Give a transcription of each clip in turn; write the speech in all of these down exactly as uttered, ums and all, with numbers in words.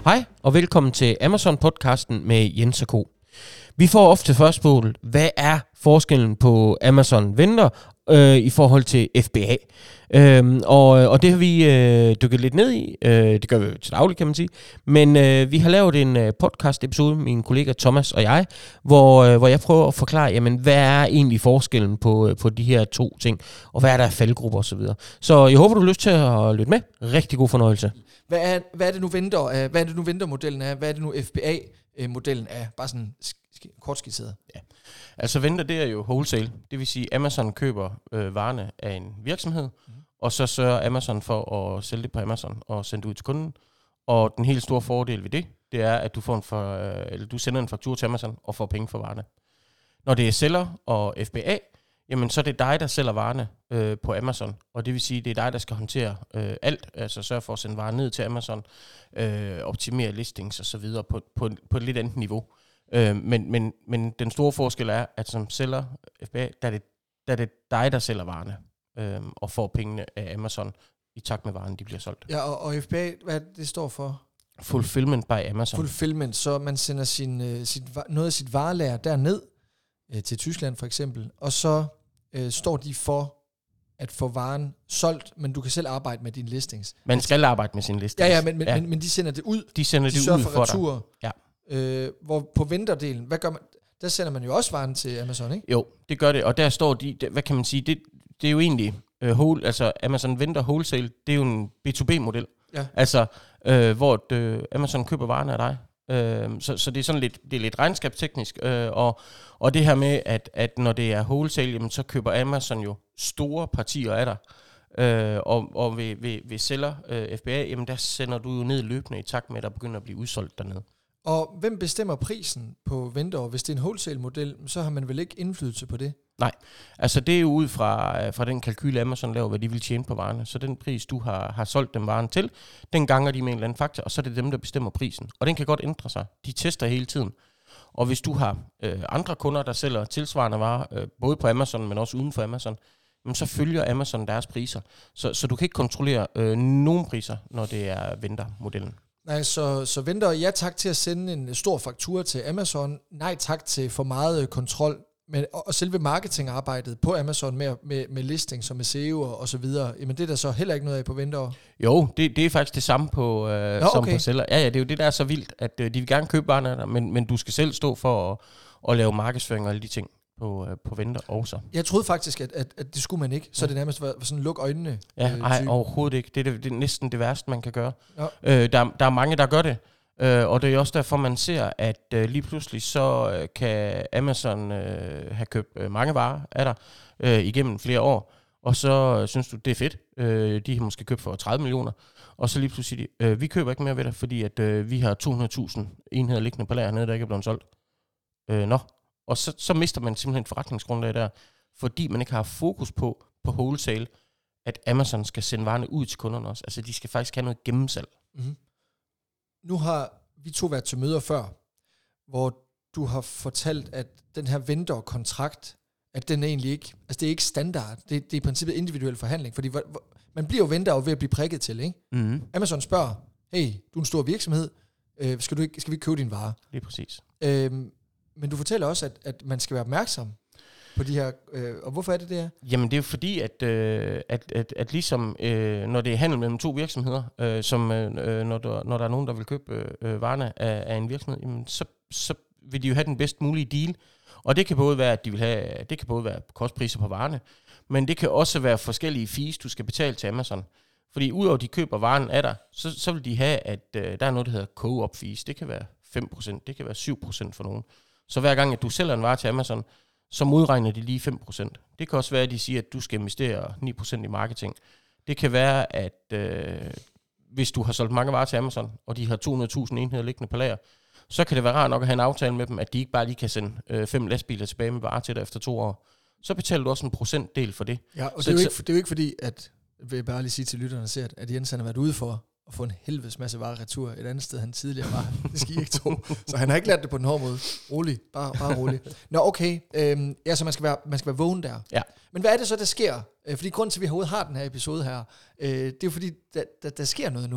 Hej og velkommen til Amazon-podcasten med Jens og Co. Vi får ofte spørgsmål, hvad er forskellen på Amazon Vendor øh, i forhold til F B A? Øhm, og, og det har vi øh, dykket lidt ned i. Øh, det gør vi til daglig, kan man sige. Men øh, vi har lavet en øh, podcast-episode, min kollega Thomas og jeg, hvor, øh, hvor jeg prøver at forklare, jamen, hvad er egentlig forskellen på, øh, på de her to ting, og hvad er der af faldgrupper osv. Så, så jeg håber, du har lyst til at lytte med. Rigtig god fornøjelse. Hvad er, hvad er det nu Vendor er? Hvad er det nu Vendor-modellen er? Hvad er det nu F B A-modellen er? Bare sådan sk- kort skitseret. Ja. Altså Vendor, det er jo wholesale. Det vil sige, Amazon køber øh, varerne af en virksomhed, mm. og så sørger Amazon for at sælge det på Amazon og sende det ud til kunden. Og den helt store fordel ved det, det er, at du, får en for, øh, eller du sender en faktur til Amazon og får penge for varerne. Når det er sælger og F B A, jamen så er det dig, der sælger varerne øh, på Amazon. Og det vil sige, det er dig, der skal håndtere øh, alt. Altså sørge for at sende varer ned til Amazon, øh, optimere listings og så videre på, på, på et lidt andet niveau. Øh, men, men, men den store forskel er, at som sælger F B A, der er det, der er det dig, der sælger varerne øh, og får pengene af Amazon i takt med varerne, de bliver solgt. Ja, og, og F B A, hvad det står for? Fulfillment by Amazon. Fulfillment, så man sender sin, øh, sit, noget af sit varelager derned øh, til Tyskland for eksempel, og så øh, står de for at få varen solgt, men du kan selv arbejde med dine listings. Man skal arbejde med sine listings. Ja, ja, men, men, ja. men, men de sender det ud. De sender de det sørger ud for, for retur. dig. Ja. Øh, hvor på Vendor-delen, hvad gør man? Der sender man jo også varen til Amazon, ikke? Jo, det gør det, og der står de, hvad kan man sige, det, det er jo egentlig, uh, whole, altså Amazon Vendor Wholesale, det er jo en B to B-model. Ja. Altså, øh, hvor øh, Amazon køber varerne af dig. Øh, så, så det er sådan lidt, det er lidt regnskabsteknisk, øh, og, og det her med, at, at når det er wholesale, jamen, så køber Amazon jo store partier af dig. Øh, og, og ved, ved, ved sælger øh, F B A, jamen der sender du jo ned løbende i takt med, at der begynder at blive udsolgt dernede. Og hvem bestemmer prisen på Vendor? Hvis det er en wholesale-model, så har man vel ikke indflydelse på det? Nej, altså det er jo ud fra, fra den kalkyl, Amazon laver, hvad de vil tjene på varerne. Så den pris, du har, har solgt dem varen til, den ganger de med en eller anden faktor, og så er det dem, der bestemmer prisen. Og den kan godt ændre sig. De tester hele tiden. Og hvis du har øh, andre kunder, der sælger tilsvarende varer, øh, både på Amazon, men også uden for Amazon, men så følger Amazon deres priser. Så, så du kan ikke kontrollere øh, nogen priser, når det er Vendor-modellen. Nej, så, så Vendor, ja tak til at sende en stor faktura til Amazon, nej tak til for meget kontrol, men, og selve marketingarbejdet på Amazon med, med, med listings og med S E O og, og så videre, jamen det er der så heller ikke noget af på Vendor. Jo, det, det er faktisk det samme på, øh, Nå, som okay. på sælger. Ja, ja, det er jo det, der er så vildt, at øh, de vil gerne købe varerne af dig, men, men du skal selv stå for at, at lave markedsføring og alle de ting på, øh, på Vendor også. Jeg troede faktisk, at, at, at det skulle man ikke, så ja. Det nærmest var sådan luk øjnene. Ja, øh, nej, overhovedet ikke. Det er, det, det er næsten det værste, man kan gøre. Ja. Øh, der, der er mange, der gør det. Uh, og det er også derfor, man ser, at uh, lige pludselig så uh, kan Amazon uh, have købt uh, mange varer af dig uh, igennem flere år, og så uh, synes du, det er fedt. Uh, de har måske købt for tredive millioner, og så lige pludselig, uh, vi køber ikke mere ved dig, fordi at, uh, vi har to hundrede tusind enheder liggende på lager nede, der ikke er blevet solgt. Uh, nå, og så, så mister man simpelthen forretningsgrundlag der, fordi man ikke har fokus på, på wholesale, at Amazon skal sende varerne ud til kunderne også. Altså, de skal faktisk have noget gennemsalg. Mm-hmm. Nu har vi to været til møder før, hvor du har fortalt, at den her Vendor-kontrakt, at den egentlig ikke, altså det er ikke standard, det, det er i princippet individuel forhandling, fordi hvor, hvor, man bliver jo Vendor ved at blive prikket til, ikke? Mm-hmm. Amazon spørger, hey, du er en stor virksomhed, øh, skal, du ikke, skal vi ikke købe din vare? Lige præcis. Øhm, men du fortæller også, at, at man skal være opmærksom på de her, øh, og hvorfor er det det her? Jamen det er jo fordi, at, øh, at, at, at ligesom øh, når det er handel mellem to virksomheder, øh, som øh, når, der, når der er nogen, der vil købe øh, varerne af, af en virksomhed, jamen, så, så vil de jo have den bedst mulige deal. Og det kan både være, at de vil have, det kan både være kostpriser på varerne, men det kan også være forskellige fees, du skal betale til Amazon. Fordi udover at de køber varen af dig, så, så vil de have, at øh, der er noget, der hedder co-op fees. Det kan være fem procent, det kan være syv procent for nogen. Så hver gang, at du sælger en vare til Amazon, så modregner de lige fem procent. Det kan også være, at de siger, at du skal investere ni procent i marketing. Det kan være, at øh, hvis du har solgt mange varer til Amazon, og de har to hundrede tusind enheder liggende på lager, så kan det være rart nok at have en aftale med dem, at de ikke bare lige kan sende øh, fem lastbiler tilbage med varer til dig efter to år. Så betaler du også en procentdel for det. Ja, og så, det, er jo ikke, det er jo ikke fordi, at, vil jeg bare lige sige til lytterne, at, at Jens han har været ude for at få en helvedes masse varer retur et andet sted, han tidligere var. Det skal I ikke tro. Så han har ikke lært det på den hårde måde. Rolig, bare, bare rolig. Nå, okay. Øhm, ja, så man skal, være, man skal være vågen der. Ja. Men hvad er det så, der sker? Øh, fordi grunden til, at vi overhovedet har den her episode her, øh, det er jo fordi, der, der, der sker noget nu.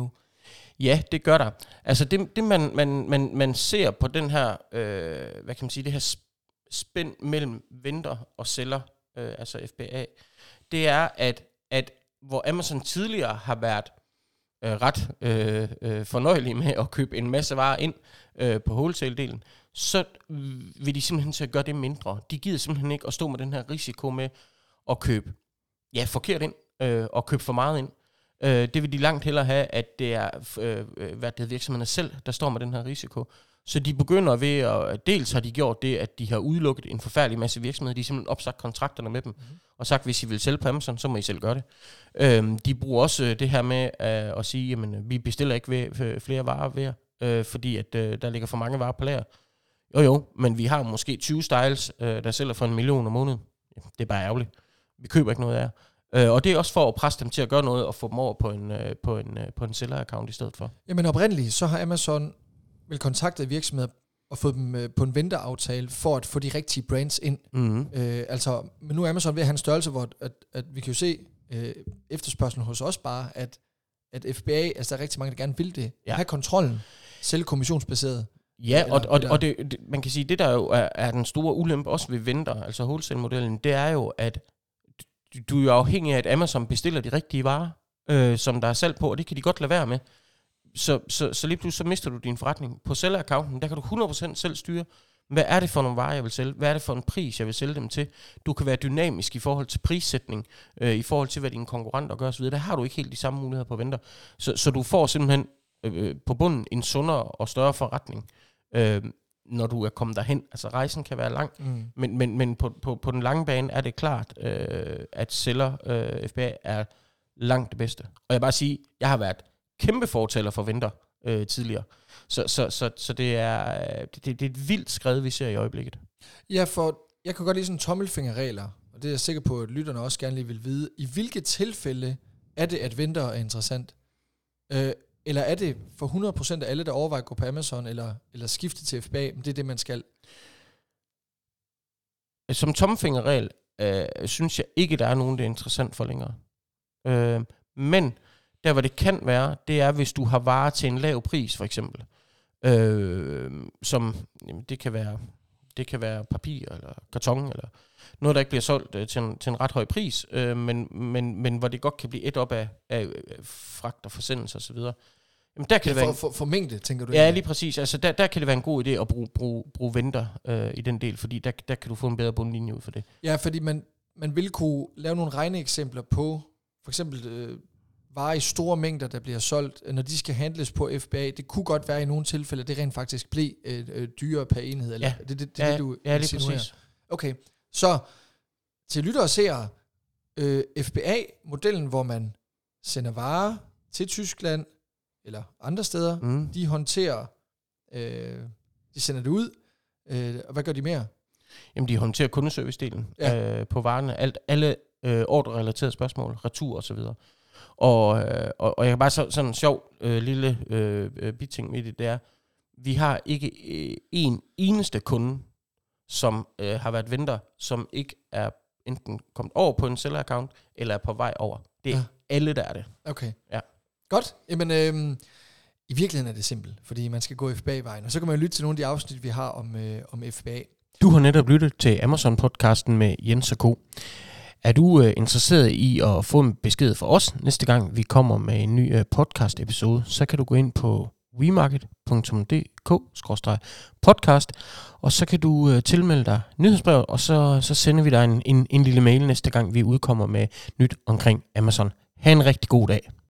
Ja, det gør der. Altså det, det man, man, man, man ser på den her, øh, hvad kan man sige, det her spænd mellem venter og sælger, øh, altså F B A, det er, at, at hvor Amazon tidligere har været øh, ret øh, øh, fornøjelige med at købe en masse varer ind øh, på wholesale-delen, så vil de simpelthen til at gøre det mindre. De gider simpelthen ikke at stå med den her risiko med at købe ja, forkert ind øh, og købe for meget ind. Øh, det vil de langt hellere have, at det er øh, hvad det er virksomhederne selv, der står med den her risiko. Så de begynder ved at, dels har de gjort det, at de har udelukket en forfærdelig masse virksomheder, de har simpelthen opsagt kontrakterne med dem, mm-hmm. og sagt, hvis I vil sælge på Amazon, så må I selv gøre det. Øhm, de bruger også det her med øh, at sige, jamen vi bestiller ikke ved, flere varer ved øh, fordi at øh, der ligger for mange varer på lager. Jo jo, men vi har måske tyve styles, øh, der sælger for en million om måneden. Det er bare ærgerligt. Vi køber ikke noget af jer. Øh, og det er også for at presse dem til at gøre noget og få dem over på en, øh, på en, øh, på en seller-account i stedet for. Jamen oprindeligt, så har Amazon vel kontaktet virksomheder og fået dem øh, på en venteraftale for at få de rigtige brands ind. Mm-hmm. Øh, altså, men nu er Amazon ved at have en størrelse, hvor at, at vi kan jo se øh, efterspørgselen hos os bare, at, at F B A, altså der er rigtig mange, der gerne vil det, ja. Have kontrollen, selv kommissionsbaseret. Ja, eller, og, og, og det, det, man kan sige, det der jo er, er den store ulempe også ved venter, altså wholesale-modellen, det er jo, at du, du er jo afhængig af, at Amazon bestiller de rigtige varer, øh, som der er salg på, og det kan de godt lade være med. Så, så, så lige pludselig så mister du din forretning. På seller-accounten, der kan du hundrede procent selv styre, hvad er det for nogle varer, jeg vil sælge? Hvad er det for en pris, jeg vil sælge dem til? Du kan være dynamisk i forhold til prissætning, øh, i forhold til, hvad dine konkurrenter gør osv. Der har du ikke helt de samme muligheder på venter. Så, så du får simpelthen øh, på bunden en sundere og større forretning, øh, når du er kommet derhen. Altså rejsen kan være lang, mm. men, men, men på, på, på den lange bane er det klart, øh, at sælger øh, F B A er langt det bedste. Og jeg vil bare sige, jeg har været kæmpe fortaler for venter øh, tidligere. Så, så, så, så det, er, det, det er et vildt skred, vi ser i øjeblikket. Ja, for jeg kan godt lide sådan tommelfingerregler, og det er jeg sikker på, at lytterne også gerne lige vil vide. I hvilke tilfælde er det, at venter er interessant? Øh, eller er det for hundrede procent af alle, der overvejer at gå på Amazon, eller, eller skifte til F B A, men det er det, man skal? Som tommelfingerregel øh, synes jeg ikke, der er nogen, der er interessant for længere. Øh, men der, hvor det kan være, det er, hvis du har varer til en lav pris, for eksempel. Øh, som, jamen, det kan være, det kan være papir, eller karton, eller noget, der ikke bliver solgt øh, til, en, til en ret høj pris, øh, men, men, men hvor det godt kan blive et op af, af fragt og forsendelse osv. Jamen, der kan ja, det være for, for, for mængde, tænker du? Ja, lige præcis. Altså, der, der kan det være en god idé at bruge, bruge, bruge venter øh, i den del, fordi der, der kan du få en bedre bundlinje ud for det. Ja, fordi man, man vil kunne lave nogle regneeksempler på, for eksempel øh, varer i store mængder, der bliver solgt, når de skal handles på F B A. Det kunne godt være i nogle tilfælde, det rent faktisk blev øh, øh, dyrere per enhed. Eller? Ja, det, det, det, ja, det du ja lige præcis. Okay, så til lyttere og seere, øh, F B A-modellen, hvor man sender varer til Tyskland eller andre steder, mm. de håndterer, øh, de sender det ud, øh, og hvad gør de mere? Jamen, de håndterer kundeservice-delen ja. øh, på varerne, alt, alle øh, ordrerelaterede spørgsmål, retur og så videre. Og, øh, og, og jeg kan bare så, sådan en sjov øh, lille øh, biting med det, det er, vi har ikke øh, en eneste kunde, som øh, har været venter, som ikke er enten kommet over på en seller-account, eller er på vej over. Det er ja. alle, der er det. Okay. Ja. Godt. Jamen, øh, i virkeligheden er det simpelt, fordi man skal gå F B A-vejen, og så kan man jo lytte til nogle af de afsnit, vi har om, øh, om F B A. Du har netop lyttet til Amazon-podcasten med Jens og Co. Er du øh, interesseret i at få en besked fra os næste gang, vi kommer med en ny øh, podcast-episode, så kan du gå ind på wemarket punktum d k skråstreg podcast, og så kan du øh, tilmelde dig nyhedsbrevet, og så, så sender vi dig en, en, en lille mail næste gang, vi udkommer med nyt omkring Amazon. Ha' en rigtig god dag.